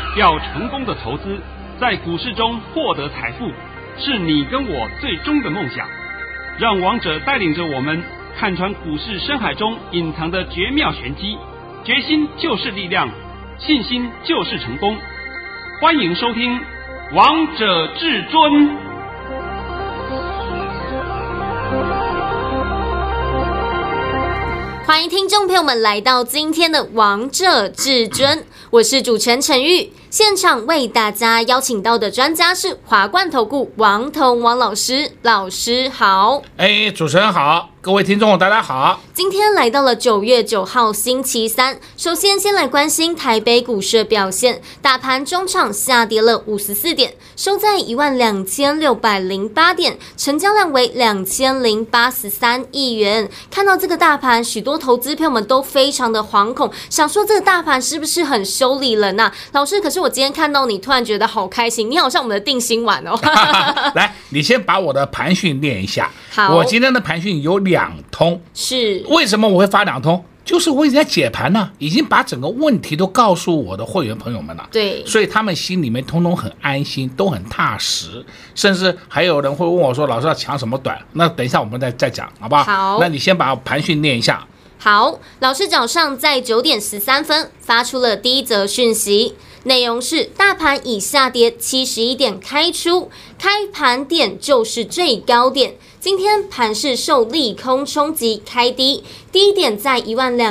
要成功的投资，在股市中获得财富，是你跟我最终的梦想。让王者带领着我们看穿股市深海中隐藏的绝妙玄机，决心就是力量，信心就是成功。欢迎收听《王者至尊》。 欢迎听众朋友们来到今天的《王者至尊》，我是主持人陈玉。现场为大家邀请到的专家是华冠投顾王彤王老师，老师好。 主持人好，各位听众大家好。 今天来到了9月9号星期三，首先先来关心台北股市的表现，大盘中场下跌了54点，收在12608点，成交量为2083亿元。看到这个大盘，许多投资朋友们都非常的惶恐，想说这个大盘是不是很修理人啊？老师，可是我今天看到你，突然觉得好开心，你好像我们的定心丸哦。 来，你先把我的盘讯念一下。 好， 我今天的盘讯有2通。 是， 为什么我会发2通？就是我已经在解盘了，已经把整个问题都告诉我的会员朋友们了。 对， 所以他们心里面通通很安心，都很踏实，甚至还有人会问我说：“老师要抢什么短？”那等一下我们再讲，好不好？ 好， 那你先把盘讯念一下。 好，老师早上在9点13分发出了第一则讯息，内容是大盘以下跌71点开出，开盘点就是最高点。今天盘势受利空冲击开低，低点在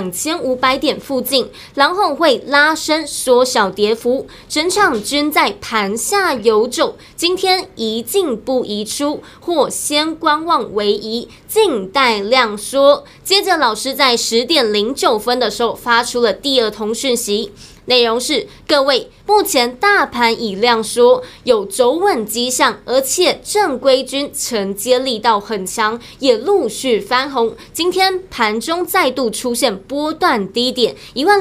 12500点附近，然后会拉升缩小跌幅，整场均在盘下游走。今天宜进不宜出，或先观望为宜，静待量缩。接着老师在10点09分的时候发出了第2通讯息，内容是：各位，目前大盘已量缩，有走稳迹象，而且正规军承接力道很强，也陆续翻红。今天盘中再度出现波段低点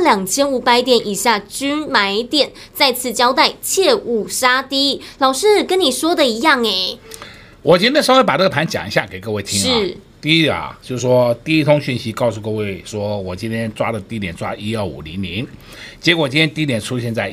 ，12500点以下均买点。再次交代，切勿杀低。老师跟你说的一样诶。 我今天稍微把这个盘讲一下给各位听啊。 是。 第一啊，就是说第1通讯息告诉各位说，我今天抓的低点抓12500，结果今天低点出现在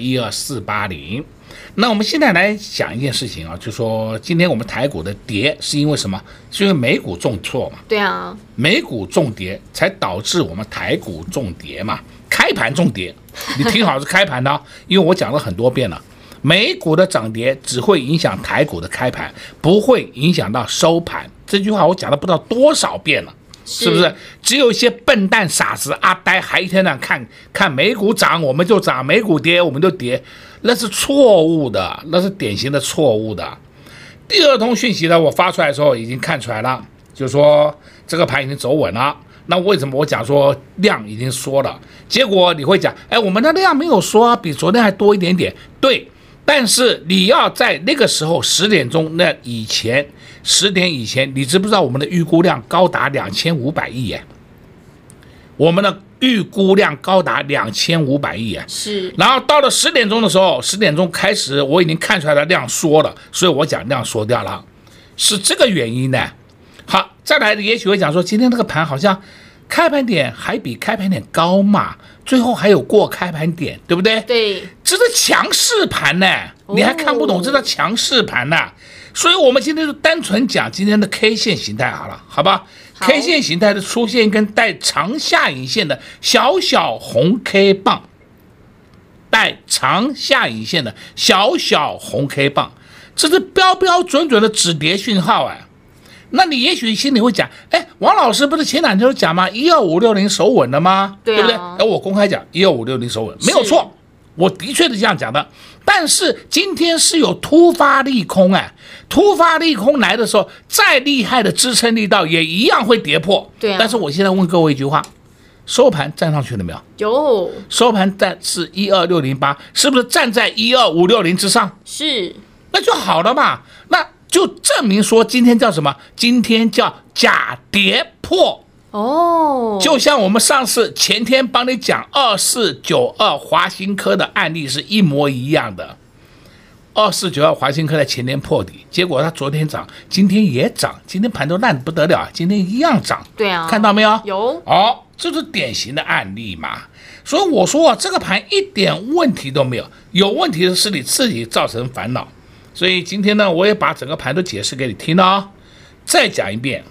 12480。那我们现在来想一件事情啊，就是说今天我们台股的跌是因为什么？是因为美股重挫嘛？ 对啊， 美股重跌才导致我们台股重跌嘛，开盘重跌。你听好是开盘的，因为我讲了很多遍了。美股的涨跌只会影响台股的开盘，不会影响到收盘。这句话我讲了不知道多少遍了，是不是？只有一些笨蛋傻子阿呆还一天到晚看美股涨我们就涨，美股跌我们就跌，那是错误的，那是典型的错误的。第2通讯息呢，我发出来的时候已经看出来了，就是说这个盘已经走稳了。那为什么我讲说量已经缩了？结果你会讲，我们的量没有缩啊，比昨天还多一点点。对。但是你要在那个时候10点钟那以前，10点以前，你知不知道我们的预估量高达2500亿耶？我们的预估量高达2500亿耶。 是。 然后到了10点钟的时候，10点钟开始，我已经看出来的量缩了，所以我讲量缩掉了，是这个原因呢。好，再来，也许会讲说，今天这个盘好像开盘点还比开盘点高嘛，最后还有过开盘点，对不对？ 对， 这是强势盘呢，你还看不懂这叫强势盘呢？所以我们今天就单纯讲今天的 K 线形态好了，好吧？ K 线形态的出现跟带长下影线的小小红 K 棒，带长下影线的小小红 K 棒，这是标标准准的止跌讯号哎。那你也许心里会讲，王老师不是前2天就讲吗？12560守稳了吗？ 对不对？我公开讲12560守稳，没有错，我的确是这样讲的。但是今天是有突发利空突发利空来的时候，再厉害的支撑力道也一样会跌破。 对啊。 但是我现在问各位一句话，收盘站上去了没有？ 有。 收盘站是12608，是不是站在12560之上？ 是。 那就好了嘛。那就证明说今天叫什么？今天叫假跌破哦。 就像我们上次前天帮你讲2492华新科的案例是一模一样的。2492华新科在前天破底，结果它昨天涨，今天也涨，今天盘都烂得不得了，今天一样涨。 对啊， 看到没有？ 有。 这是典型的案例嘛。 所以我说这个盘一点问题都没有，有问题的是你自己造成烦恼。所以今天呢，我也把整个盘都解释给你听了。再讲一遍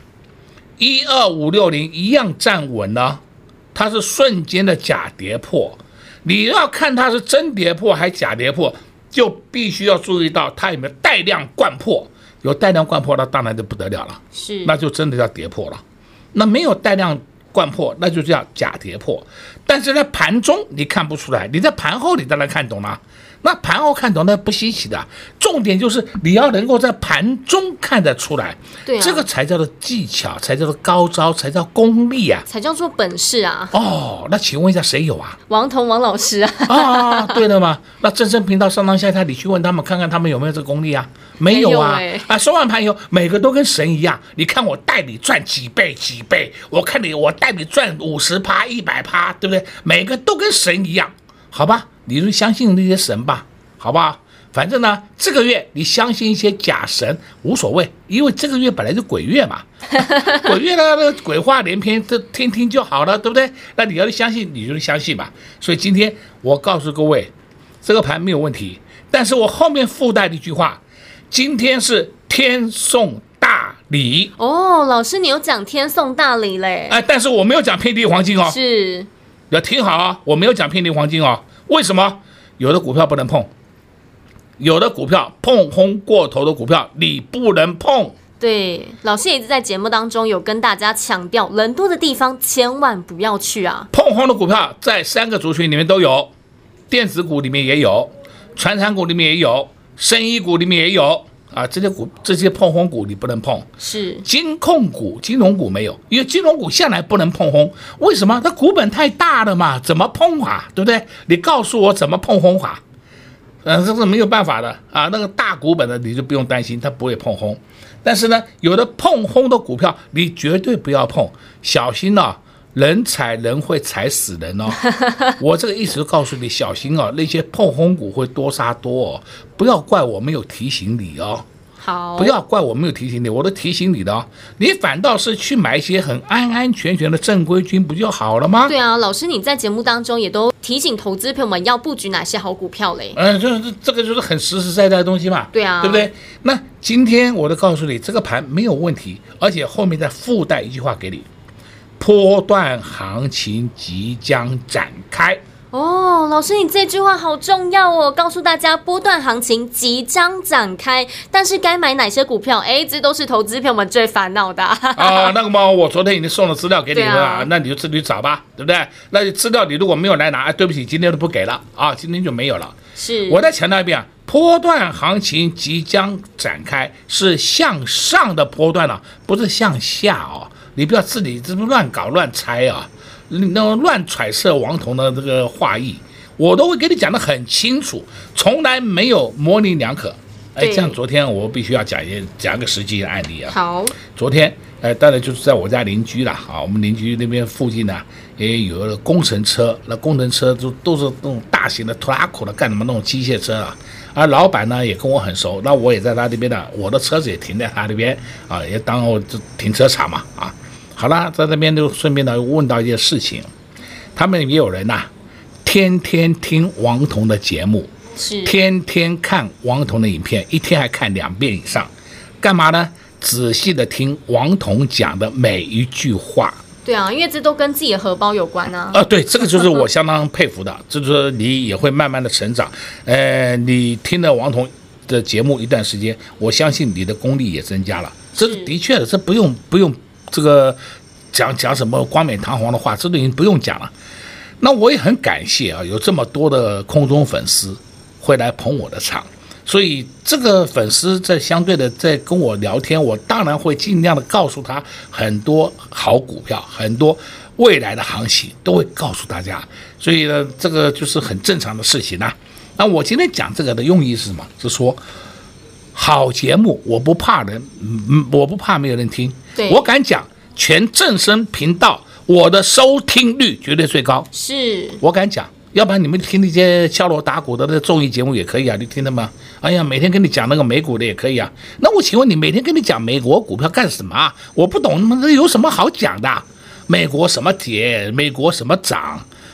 ，12560一样站稳了，它是瞬间的假跌破。你要看它是真跌破还假跌破，就必须要注意到它有没有带量灌破。有带量灌破，那当然就不得了了， 是， 那就真的叫跌破了。那没有带量灌破，那就叫假跌破。但是在盘中你看不出来，你在盘后你当然看懂了。那盘后看懂那不稀奇的，重点就是你要能够在盘中看得出来， 对啊， 这个才叫做技巧，才叫做高招，才叫功力啊， 才叫做本事啊。 哦，那请问一下谁有啊？ 王彤王老师啊。 啊，对了嘛，那正声频道上上下下你去问他们，看看他们有没有这个功力啊？没有啊，啊，收完盘以后，每个都跟神一样。你看我带你赚几倍，我看我带你赚50%、100%，对不对？每个都跟神一样，好吧？你就相信那些神吧，好不好？反正呢，这个月你相信一些假神无所谓，因为这个月本来就鬼月嘛，鬼月呢鬼话连篇，这听听就好了，对不对？那你要相信，你就相信吧。所以今天我告诉各位，这个盘没有问题，但是我后面附带的一句话，今天是天送大礼哦。老师，你有讲天送大礼嘞？ 哎，但是我没有讲遍地黄金哦， 是， 要听好啊，我没有讲遍地黄金哦。为什么？有的股票不能碰，有的股票碰轰过头的股票你不能碰。 对，老师也一直在节目当中有跟大家强调，人多的地方千万不要去啊。 碰轰的股票在3个族群里面都有，电子股里面也有，传产股里面也有，生医股里面也有啊。这些碰轰股你不能碰， 是金控股、金融股没有，因为金融股向来不能碰轰。为什么？它股本太大了嘛，怎么碰啊？对不对？你告诉我怎么碰轰法？这是没有办法的啊。那个大股本的你就不用担心，它不会碰轰。但是呢，有的碰轰的股票你绝对不要碰，小心啊，人踩人会踩死人哦。我这个意思就告诉你，小心哦，那些碰轰股会多杀多哦，不要怪我没有提醒你哦。 好， 不要怪我没有提醒你，我都提醒你的哦。你反倒是去买一些很安安全全的正规军，不就好了吗？ 对啊，老师你在节目当中也都提醒投资朋友们要布局哪些好股票嘞。 这个就是很实实在在的东西嘛。 对啊， 对不对？那今天我都告诉你，这个盘没有问题，而且后面再附带一句话给你：波段行情即将展开。 哦，老师，你这句话好重要哦！告诉大家，波段行情即将展开，但是该买哪些股票？哎，这都是投资朋友们最烦恼的啊。那个嘛，我昨天已经送了资料给你了啊，那你就自己找吧，对不对？那资料你如果没有来拿，对不起，今天都不给了啊，今天就没有了。 是， 我再强调一遍啊，波段行情即将展开，是向上的波段了，不是向下哦。你不要自己这乱搞乱猜啊。那乱揣测王彤的这个话意，我都会给你讲得很清楚，从来没有模棱两可。哎，这样昨天我必须要讲个实际的案例啊。 好， 昨天当然就是在我家邻居啦啊，我们邻居那边附近呢也有个工程车，那工程车都是那种大型的拖拉库的，干什么那种机械车啊。而老板呢也跟我很熟，那我也在他那边呢，我的车子也停在他那边啊，也当我这停车场嘛啊。好了，在那边就顺便呢问到一件事情，他们也有人呐，天天听王彤的节目， 是天天看王彤的影片，一天还看2遍以上，干嘛呢？仔细的听王彤讲的每一句话。 对啊，因为这都跟自己的荷包有关啊。 对，这个就是我相当佩服的，就是你也会慢慢的成长。你听了王彤的节目一段时间，我相信你的功力也增加了。这是的确的，这不用这个讲什么冠冕堂皇的话，这都已经不用讲了。那我也很感谢啊，有这么多的空中粉丝会来捧我的场，所以这个粉丝在相对的在跟我聊天，我当然会尽量的告诉他很多好股票，很多未来的行情都会告诉大家，所以呢，这个就是很正常的事情啊。那我今天讲这个的用意是什么？是说好节目我不怕人，我不怕没有人听，我敢讲全正声频道我的收听率绝对最高， 是我敢讲。要不然你们听那些敲锣打鼓的那综艺节目也可以啊，你听的吗？哎呀，每天跟你讲那个美股的也可以啊。那我请问你，每天跟你讲美国股票干什么啊？我不懂，有什么好讲的？美国什么跌，美国什么涨，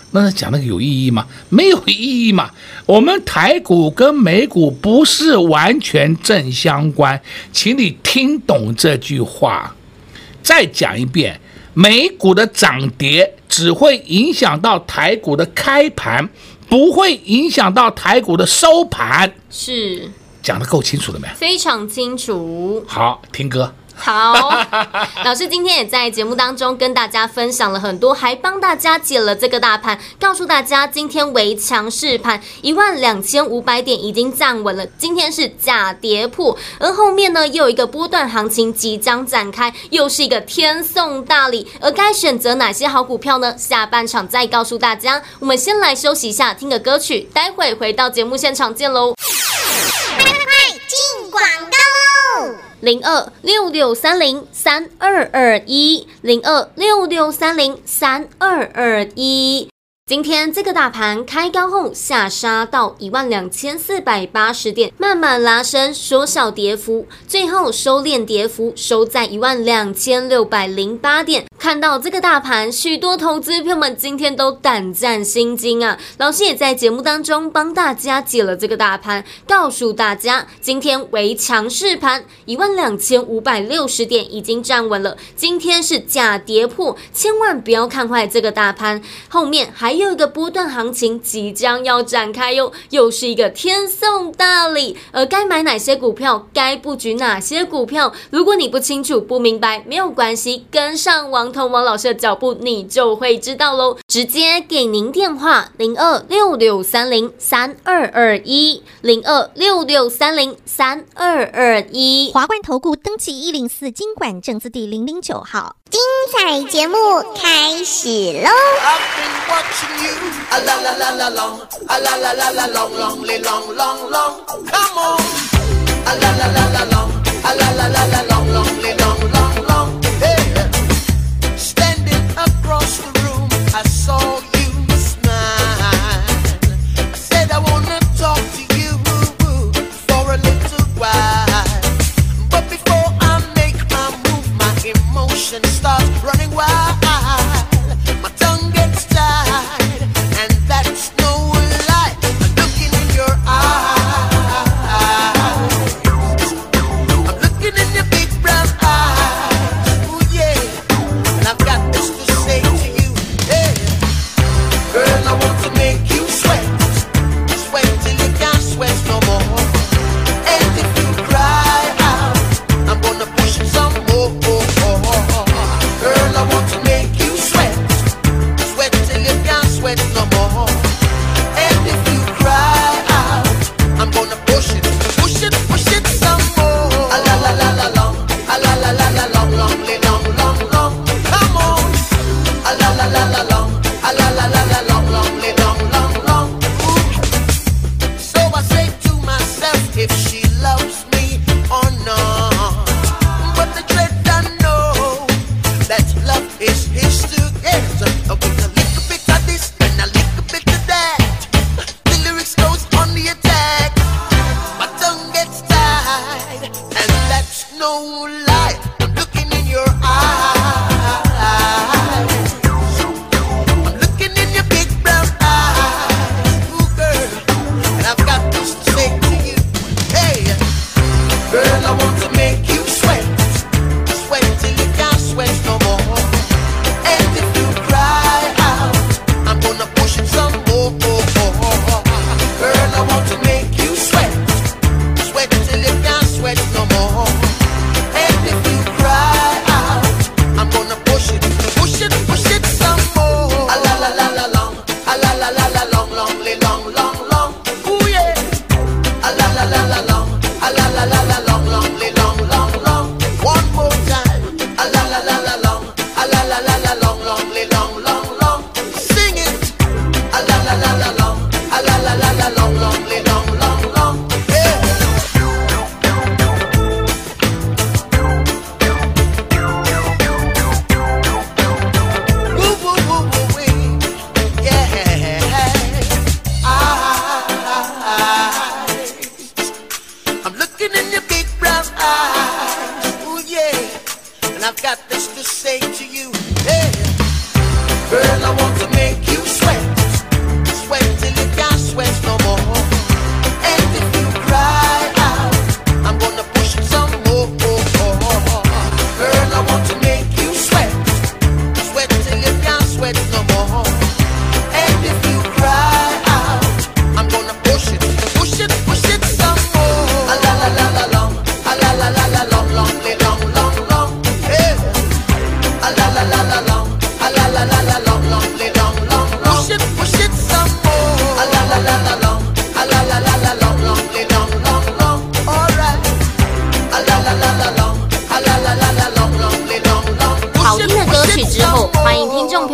那讲那个有意义吗？没有意义嘛。我们台股跟美股不是完全正相关，请你听懂这句话。再讲一遍，美股的涨跌只会影响到台股的开盘，不会影响到台股的收盘。 是， 讲得够清楚了没？ 非常清楚。 好，听歌。 好，老师今天也在节目当中跟大家分享了很多，还帮大家解了这个大盘，告诉大家今天为强势盘12500点已经站稳了，今天是假跌破，而后面呢又有一个波段行情即将展开，又是一个天送大礼，而该选择哪些好股票呢？下半场再告诉大家。我们先来休息一下，听个歌曲，待会回到节目现场见喽。 快进广告喽 ！0266303221，0266303221。今天这个大盘开高后下杀到12480点，慢慢拉升，缩小跌幅，最后收敛跌幅，收在12608点。看到这个大盘，许多投资朋友们今天都胆战心惊啊！老师也在节目当中帮大家解了这个大盘，告诉大家今天为强势盘，12560点已经站稳了。今天是假跌破，千万不要看坏这个大盘，后面还有一个波段行情即将要展开哟，又是一个天送大礼。而该买哪些股票，该布局哪些股票，如果你不清楚不明白，没有关系，跟上王老师的脚步，你就会知道喽。直接给您电话0266303221，0266303221。 华冠投顾登记104金管证字第009号。精彩节目开始喽！ Across the room, I saw you smile. I said I wanna talk to you for a little while. But before I make my move, my emotions start running wild. My tongue gets tied, and that's no lie. I'm looking in your eyes. I'm looking in your big brown eyes.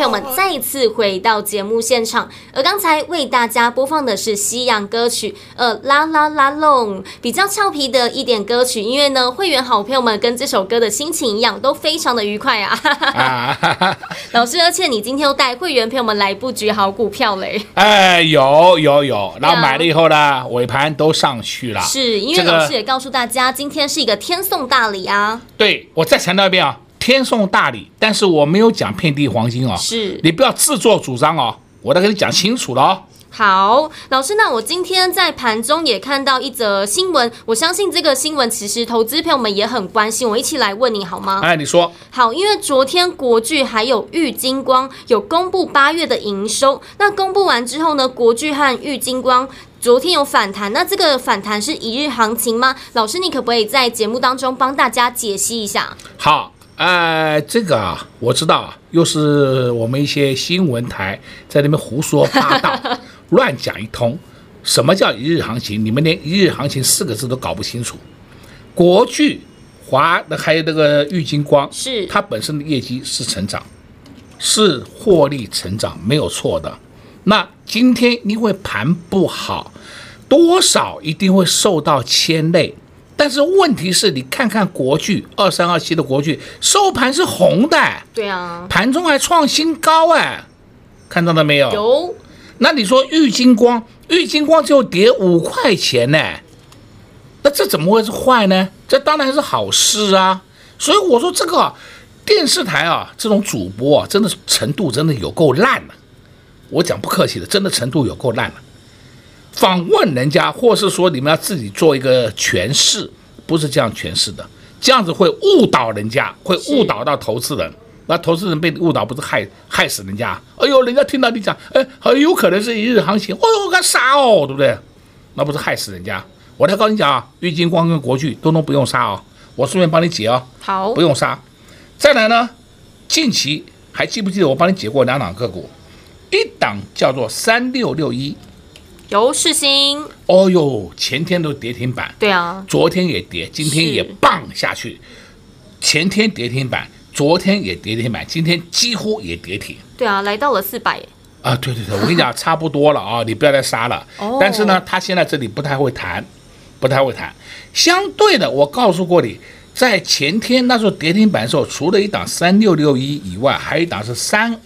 友们再次回到节目现场，而刚才为大家播放的是西洋歌曲啦啦啦隆，比较俏皮的一点歌曲，因为呢会员好朋友们跟这首歌的心情一样，都非常的愉快啊。老师，而且你今天又带会员朋友们来布局好股票嘞。 有，然后买了以后呢，尾盘都上去了。 是因为老师也告诉大家，今天是一个天送大礼啊。 对，我再强调一遍啊，天送大礼，但是我没有讲遍地黄金哦。 是， 你不要自作主张哦，我都跟你讲清楚了哦。 好，老师，那我今天在盘中也看到一则新闻，我相信这个新闻其实投资朋友们也很关心，我一起来问你好吗？ 你说。 好，因为昨天国巨还有玉晶光有公布8月的营收，那公布完之后呢，国巨和玉晶光昨天有反弹，那这个反弹是一日行情吗？老师，你可不可以在节目当中帮大家解析一下？ 好，这个啊，我知道啊，又是我们一些新闻台在那边胡说八道。乱讲一通，什么叫一日行情？你们连一日行情4个字都搞不清楚。国巨、还有那个玉晶光， 是它本身的业绩是成长，是获利成长，没有错的。那今天因为盘不好，多少一定会受到牵累。但是问题是你看看国巨2327的国巨收盘是红的， 对啊， 盘中还创新高看到了没有？ 有。 那你说玉晶光就跌5块钱呢，那这怎么会是坏呢？这当然是好事啊。所以我说这个电视台啊，这种主播啊，真的程度真的有够烂了。我讲不客气的，真的程度有够烂了。访问人家，或是说你们要自己做一个诠释，不是这样诠释的，这样子会误导人家，会误导到投资人。那投资人被误导，不是害死人家？哎呦，人家听到你讲，很有可能是一日行情，我干杀哦，对不对？那不是害死人家？我来告诉你讲啊，玉晶光跟国巨都不用杀哦，我顺便帮你解哦， 好， 不用杀。再来呢，近期还记不记得我帮你解过2档个股？一档叫做3661， 有世新。 哦呦，前天都跌停板， 对啊， 昨天也跌，今天也棒下去，前天跌停板。昨天也跌停板，今天几乎也跌停。 对啊，来到了400耶。 对，我跟你讲，差不多了啊，你不要再杀了。但是呢，他现在这里不太会谈。相对的，我告诉过你，在前天那时候跌停板的时候，除了一档3661以外，还有一档是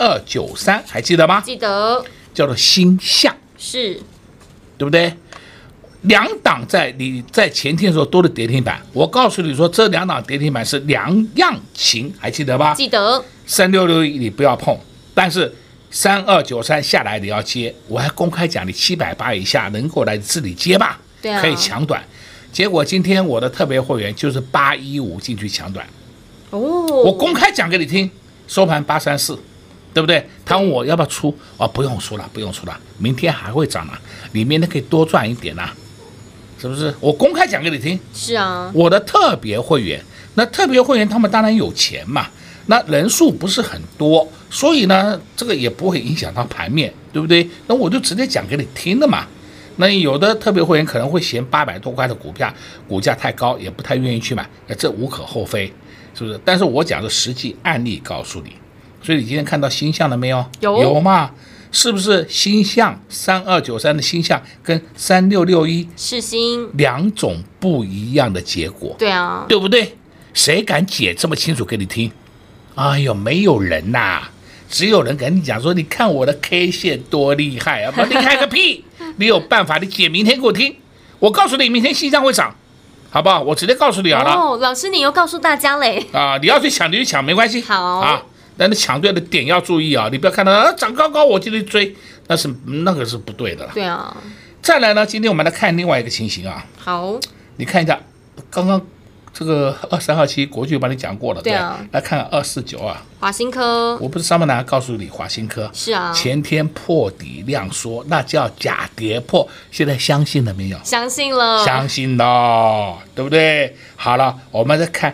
3293，还记得吗？ 记得。 叫做星象， 是， 对不对？2档你在前天的时候都是跌停板，我告诉你说这2档跌停板是两样情，还记得吧？ 记得。 3661你不要碰，但是3293下来你要接，我还公开讲你780以下能够来自己接吧， 对啊， 可以抢短。结果今天我的特别会员就是815进去抢短，我公开讲给你听，收盘834。对不对？他问我要不要出，不用出了，明天还会涨啊，里面可以多赚一点啊，是不是？我公开讲给你听。 是啊， 我的特别会员，那特别会员他们当然有钱嘛，那人数不是很多，所以呢，这个也不会影响到盘面，对不对？那我就直接讲给你听的嘛。那有的特别会员可能会嫌800多块的股票股价太高，也不太愿意去买，那这无可厚非，是不是？但是我讲的实际案例告诉你。所以你今天看到星象了没有？有嘛？是不是星象3293的星象跟3661 世新 2种不一样的结果？ 对啊， 对不对？谁敢解这么清楚给你听？哎呦，没有人呐，只有人跟你讲说，你看我的 K 线多厉害啊！不厉害个屁！你有办法，你解明天给我听。我告诉你，明天星象会涨，好不好？我直接告诉你好了。 老师你又告诉大家嘞。 你要去抢你就抢，没关系。 好啊。但是抢对的点要注意啊！你不要看到涨高我就去追，那个是不对的了。 对啊。 再来呢，今天我们来看另外一个情形啊。 好， 你看一下，刚刚这个2327国巨帮你讲过了， 对啊。 来看249啊， 华新科， 我不是上半段告诉你华新科是啊， 前天破底量缩，那叫假跌破，现在相信了没有？ 相信了， 相信了，对不对？好了，我们再看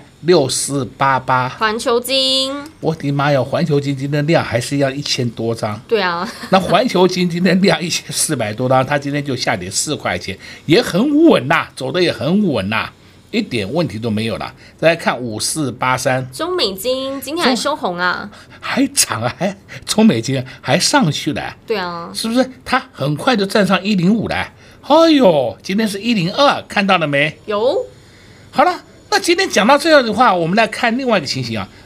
6488 环球金， 我的妈呀，环球金今天的量还是要1000多张。 对啊， 那环球金今天量1400多张，它今天就下跌4块钱，也很稳呐，走的也很稳呐。 一点问题都没有了。再来看5483， 中美金今天还收红啊？ 还涨啊，中美金还上去了， 对啊， 是不是？它很快就站上105了。哎呦，今天是102，看到了没？ 有。 好了，那今天讲到这样的话，我们来看另外一个情形啊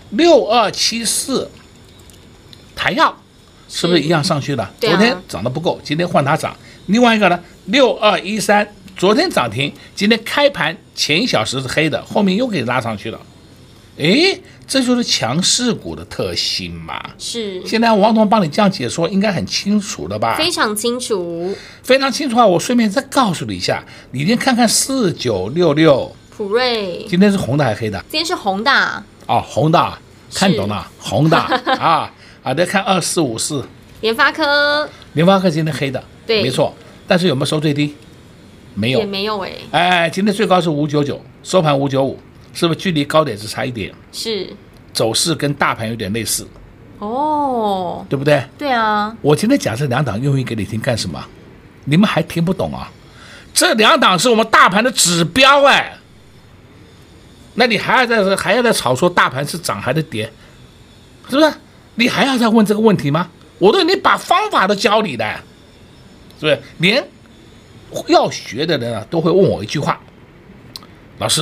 ，6274台药是不是一样上去了？ 对啊， 昨天涨得不够，今天换它涨。另外一个呢，6213昨天涨停，今天开盘前1小时是黑的，后面又给拉上去了。诶，这就是强势股的特性嘛。 是。 现在王彤帮你这样解说，应该很清楚了吧？ 非常清楚， 非常清楚啊！我顺便再告诉你一下，你先看看4966。 普瑞今天是红的还是黑的？ 今天是红的哦，红的，看懂了，红的啊！再看2454， 联发科， 联发科今天黑的， 对， 没错，但是有没有收最低？没有， 也没有今天最高是599，收盘595，是不是距离高点只差一点？ 是， 走势跟大盘有点类似， 哦， 对不对？ 对啊， 我今天讲这两档用意给你听干什么？你们还听不懂啊？这两档是我们大盘的指标那你还要再吵说大盘是涨还是跌，是不是？你还要再问这个问题吗？我都已经把方法都教你了，是不是？连要学的人都会问我一句话：老师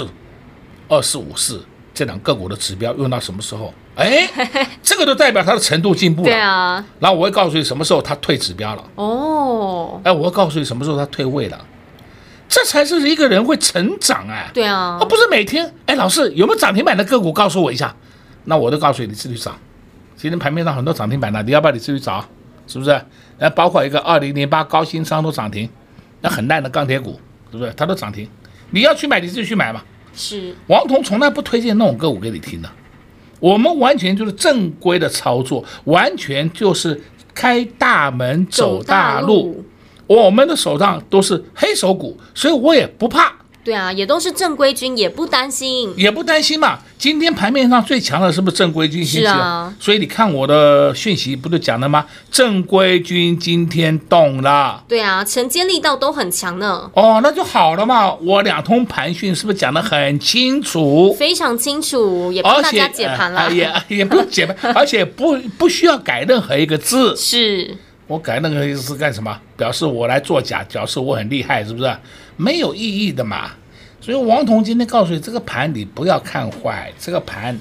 ，2454这两个股的指标用到什么时候？这个就代表它的程度进步了。 对啊。 然后我会告诉你什么时候它退指标了。 哦。 我会告诉你什么时候它退位了。这才是一个人会成长对啊， 不是每天老师有没有涨停板的个股告诉我一下，那我都告诉你自己找。今天盘面上很多涨停板的，你要不要你自己找？是不是？包括一个2008高新商都涨停，那很烂的钢铁股，是不是？它都涨停，你要去买你自己去买嘛。 是。 王彤从来不推荐那种个股给你听的，我们完全就是正规的操作，完全就是开大门走大路。我们的手上都是黑手股，所以我也不怕。 对啊，也都是正规军，也不担心。 也不担心嘛。今天盘面上最强的是不是正规军？ 是啊。 所以你看我的讯息不是讲了吗？正规军今天动了。 对啊，承接力道都很强呢。 那就好了嘛。我两通盘讯是不是讲得很清楚？ 非常清楚，也帮大家解盘了。 也不用解盘，而且不需要改任何一个字。 是。 我改那个是干什么？表示我来作假，表示我很厉害，是不是？没有意义的嘛。所以王彤今天告诉你，这个盘你不要看坏，这个盘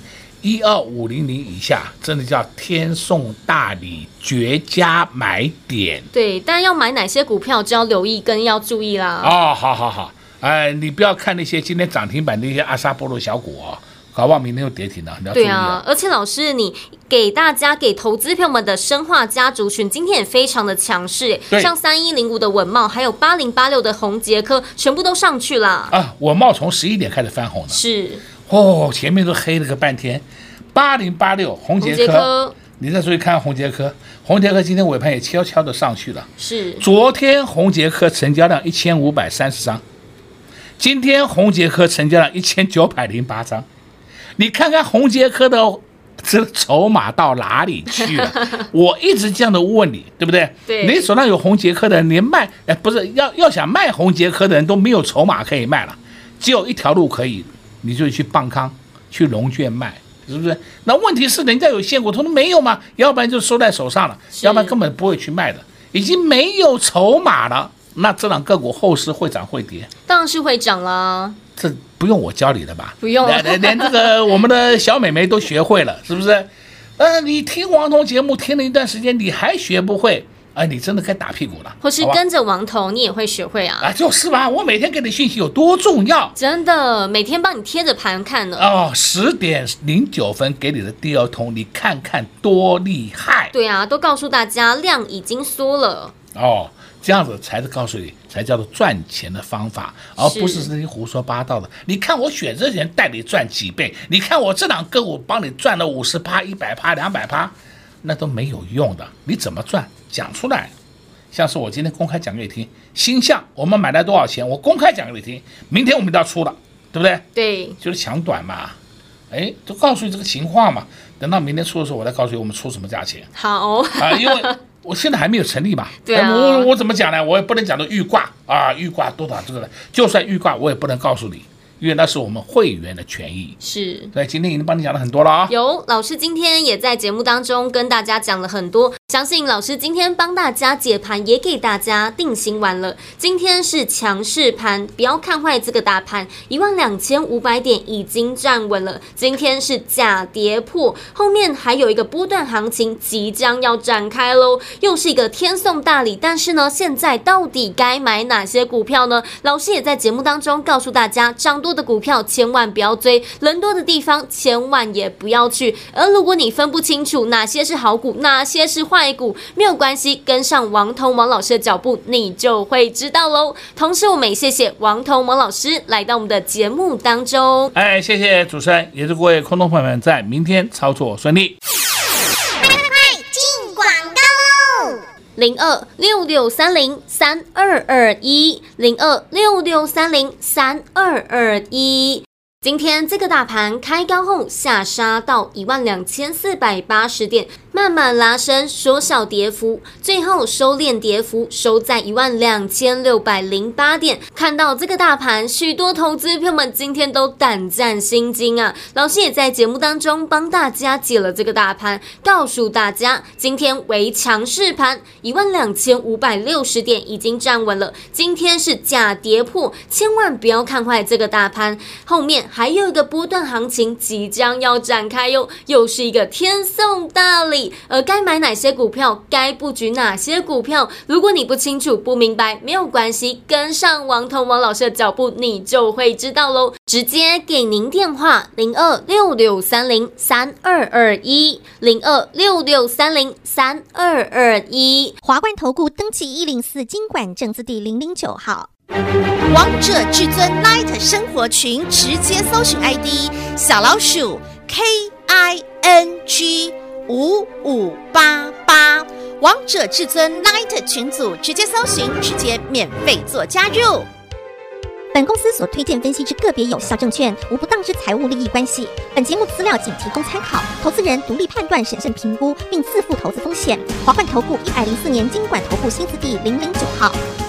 12500以下，真的叫天送大礼，绝佳买点。 对，但要买哪些股票就要留意跟要注意啦。 好，你不要看那些今天涨停板的一些阿萨波罗小股搞不好明天又跌停了，你要注意。 对啊，而且老师，你给投资朋友们的生化家族群今天也非常的强势，像3105的稳懋，还有8086的宏捷科，全部都上去了稳懋从11点开始翻红了， 是前面都黑了个半天。8086宏捷科，你再注意看宏捷科今天尾盘也悄悄的上去了。 是， 昨天宏捷科成交量1530张，今天宏捷科成交量1908张。你看看宏捷科的这筹码到哪里去了？我一直这样的问你，对不对？ 对。 你手上有宏捷科的人，连卖不是要想卖宏捷科的人都没有筹码可以卖了，只有一条路可以，你就去棒康、去融券卖，是不是？那问题是人家有现股，他说没有嘛，要不然就收在手上了，要不然根本不会去卖的，已经没有筹码了。那这两个股后市会涨会跌？ 当然是会涨啦。 这不用我教你的吧？ 不用， 连这个我们的小美眉都学会了，是不是？你听王彤节目听了一段时间，你还学不会，你真的该打屁股了。 或是跟着王彤，你也会学会啊。 就是吧，我每天给你讯息有多重要， 真的，每天帮你贴着盘看呢。 10点09分给你的第二通，你看看多厉害。 对啊，都告诉大家量已经缩了。 这样子才是告诉你，才叫做赚钱的方法，而不是那些胡说八道的。你看我选这钱带你赚几倍，你看我这档个股帮你赚了50%、100%、200%，那都没有用的。你怎么赚？讲出来。像是我今天公开讲给你听，星象我们买来多少钱，我公开讲给你听。明天我们就要出了，对不对？ 对， 就是抢短嘛。就告诉你这个情况嘛。等到明天出的时候，我再告诉你我们出什么价钱。 好因为我现在还没有成立嘛， 对啊， 我怎么讲呢？我也不能讲的预挂预挂多少这个的，就算预挂我也不能告诉你， 因为那是我们会员的权益。 是， 所以今天已经帮你讲了很多了啊。 有老师今天也在节目当中跟大家讲了很多，相信老师今天帮大家解盘也给大家定心丸了。今天是强势盘，不要看坏这个大盘，12500点已经站稳了。今天是假跌破，后面还有一个波段行情即将要展开喽，又是一个天送大礼。但是呢，现在到底该买哪些股票呢？老师也在节目当中告诉大家，涨多的股票千万不要追，人多的地方千万也不要去。而如果你分不清楚哪些是好股，哪些是坏股，没有关系，跟上王彤王老师的脚步，你就会知道喽。同时，我们也谢谢王彤王老师来到我们的节目当中。 谢谢主持人，也祝各位空头朋友们在明天操作顺利。 进广告喽 ！0266303221，0266303221。今天这个大盘开高后下杀到12480点，慢慢拉升，缩小跌幅，最后收敛跌幅，收在12608点。看到这个大盘，许多投资朋友们今天都胆战心惊啊！老师也在节目当中帮大家解了这个大盘，告诉大家今天为强势盘，12560点已经站稳了。今天是假跌破，千万不要看坏这个大盘，后面还有一个波段行情即将要展开哟，又是一个天送大礼。而该买哪些股票，该布局哪些股票，如果你不清楚不明白，没有关系，跟上王彤王老师的脚步，你就会知道喽。直接给您电话0266303221，0266303221。 华冠投顾登记104金管证字第009号。王者至尊 Light 生活群，直接搜寻 ID 小老鼠 KING5588，王者至尊 Light 群组直接搜寻，直接免费做加入。本公司所推荐分析之个别有效证券，无不当之财务利益关系。本节目资料仅提供参考，投资人独立判断、审慎评估，并自负投资风险。华冠投顾104年金管投顾新字第009号。